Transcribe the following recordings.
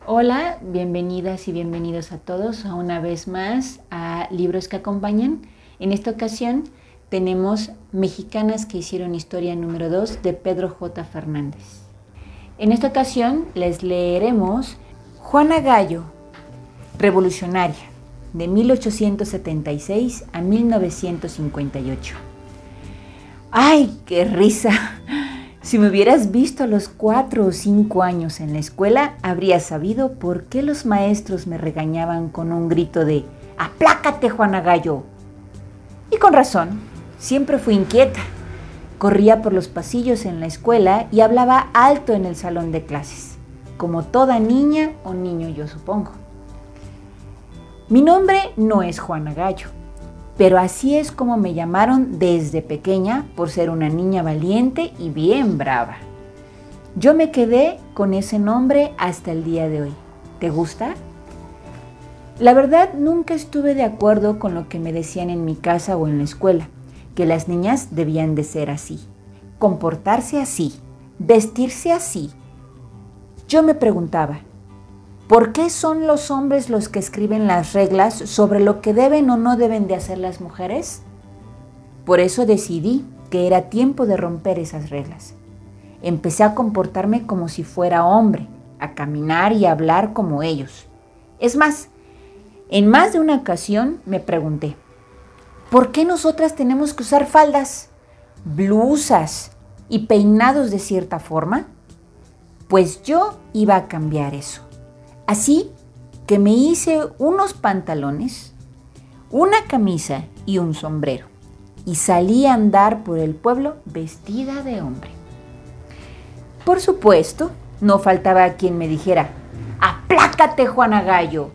Hola, bienvenidas y bienvenidos a todos una vez más a Libros que Acompañan. En esta ocasión tenemos Mexicanas que hicieron historia número 2 de Pedro J. Fernández. En esta ocasión les leeremos Juana Gallo, revolucionaria, de 1876 a 1958. ¡Ay, qué risa! Si me hubieras visto a los 4 o 5 años en la escuela, habrías sabido por qué los maestros me regañaban con un grito de ¡aplácate, Juana Gallo! Y con razón, siempre fui inquieta. Corría por los pasillos en la escuela y hablaba alto en el salón de clases, como toda niña o niño, yo supongo. Mi nombre no es Juana Gallo, pero así es como me llamaron desde pequeña por ser una niña valiente y bien brava. Yo me quedé con ese nombre hasta el día de hoy. ¿Te gusta? La verdad, nunca estuve de acuerdo con lo que me decían en mi casa o en la escuela, que las niñas debían de ser así, comportarse así, vestirse así. Yo me preguntaba, ¿por qué son los hombres los que escriben las reglas sobre lo que deben o no deben de hacer las mujeres? Por eso decidí que era tiempo de romper esas reglas. Empecé a comportarme como si fuera hombre, a caminar y a hablar como ellos. Es más, en más de una ocasión me pregunté, ¿por qué nosotras tenemos que usar faldas, blusas y peinados de cierta forma? Pues yo iba a cambiar eso. Así que me hice unos pantalones, una camisa y un sombrero y salí a andar por el pueblo vestida de hombre. Por supuesto, no faltaba quien me dijera, ¡aplácate, Juana Gallo!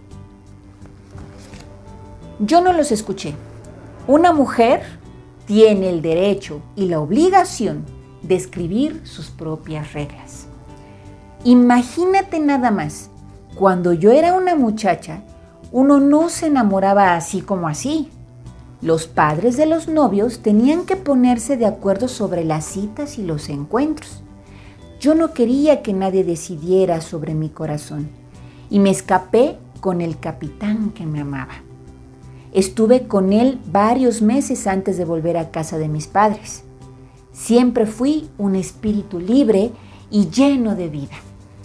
Yo no los escuché. Una mujer tiene el derecho y la obligación de escribir sus propias reglas. Imagínate nada más. Cuando yo era una muchacha, uno no se enamoraba así como así. Los padres de los novios tenían que ponerse de acuerdo sobre las citas y los encuentros. Yo no quería que nadie decidiera sobre mi corazón y me escapé con el capitán que me amaba. Estuve con él varios meses antes de volver a casa de mis padres. Siempre fui un espíritu libre y lleno de vida.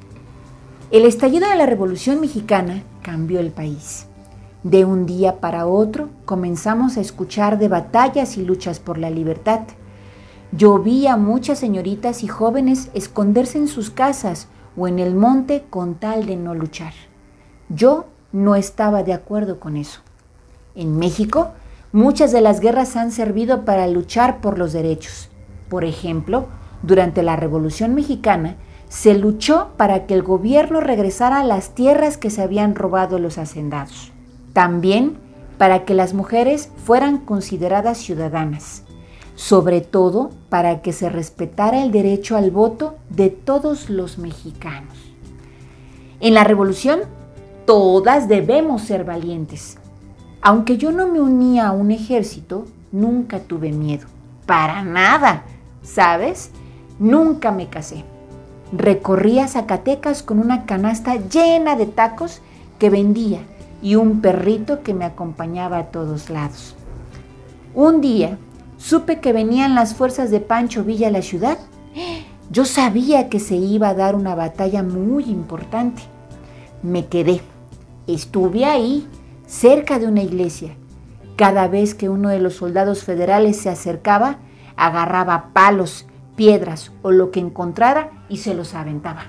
El estallido de la Revolución Mexicana cambió el país. De un día para otro comenzamos a escuchar de batallas y luchas por la libertad. Yo vi a muchas señoritas y jóvenes esconderse en sus casas o en el monte con tal de no luchar. Yo no estaba de acuerdo con eso. En México, muchas de las guerras han servido para luchar por los derechos. Por ejemplo, durante la Revolución Mexicana, se luchó para que el gobierno regresara a las tierras que se habían robado los hacendados. También para que las mujeres fueran consideradas ciudadanas. Sobre todo para que se respetara el derecho al voto de todos los mexicanos. En la revolución, todas debemos ser valientes. Aunque yo no me unía a un ejército, nunca tuve miedo. Para nada, ¿sabes? Nunca me casé. Recorría Zacatecas con una canasta llena de tacos que vendía y un perrito que me acompañaba a todos lados. Un día supe que venían las fuerzas de Pancho Villa a la ciudad. Yo sabía que se iba a dar una batalla muy importante. Me quedé. Estuve ahí, cerca de una iglesia. Cada vez que uno de los soldados federales se acercaba, agarraba palos, piedras o lo que encontrara y se los aventaba.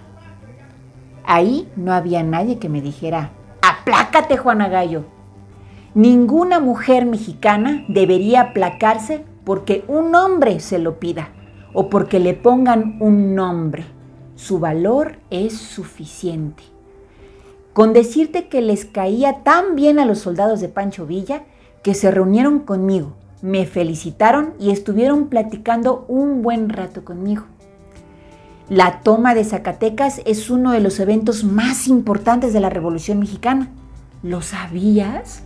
Ahí no había nadie que me dijera, ¡aplácate, Juana Gallo! Ninguna mujer mexicana debería aplacarse porque un hombre se lo pida o porque le pongan un nombre. Su valor es suficiente. Con decirte que les caía tan bien a los soldados de Pancho Villa que se reunieron conmigo, me felicitaron y estuvieron platicando un buen rato conmigo. La toma de Zacatecas es uno de los eventos más importantes de la Revolución Mexicana. ¿Lo sabías?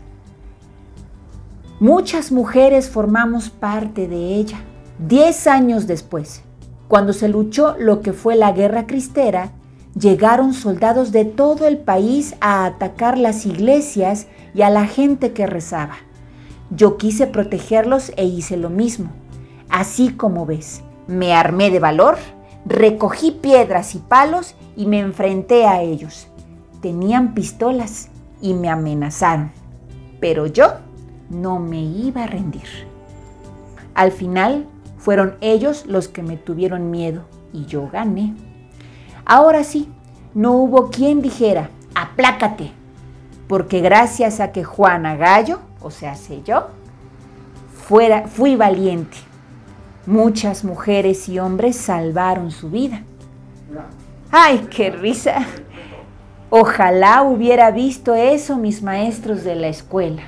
Muchas mujeres formamos parte de ella. 10 años después, cuando se luchó lo que fue la Guerra Cristera, llegaron soldados de todo el país a atacar las iglesias y a la gente que rezaba. Yo quise protegerlos e hice lo mismo. Así como ves, me armé de valor, recogí piedras y palos y me enfrenté a ellos. Tenían pistolas y me amenazaron, pero yo no me iba a rendir. Al final fueron ellos los que me tuvieron miedo y yo gané. Ahora sí, no hubo quien dijera, aplácate, porque gracias a que Juana Gallo, o sea, sé yo, fui valiente. Muchas mujeres y hombres salvaron su vida. ¡Ay, qué risa! Ojalá hubiera visto eso mis maestros de la escuela.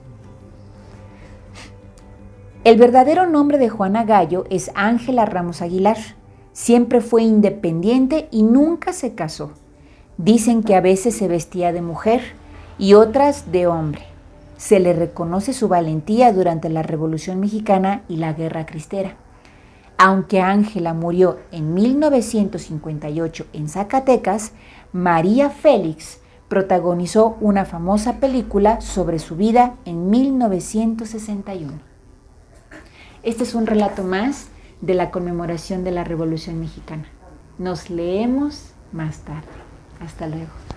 El verdadero nombre de Juana Gallo es Ángela Ramos Aguilar. Siempre fue independiente y nunca se casó. Dicen que a veces se vestía de mujer y otras de hombre. Se le reconoce su valentía durante la Revolución Mexicana y la Guerra Cristera. Aunque Ángela murió en 1958 en Zacatecas, María Félix protagonizó una famosa película sobre su vida en 1961. Este es un relato más de la conmemoración de la Revolución Mexicana. Nos leemos más tarde. Hasta luego.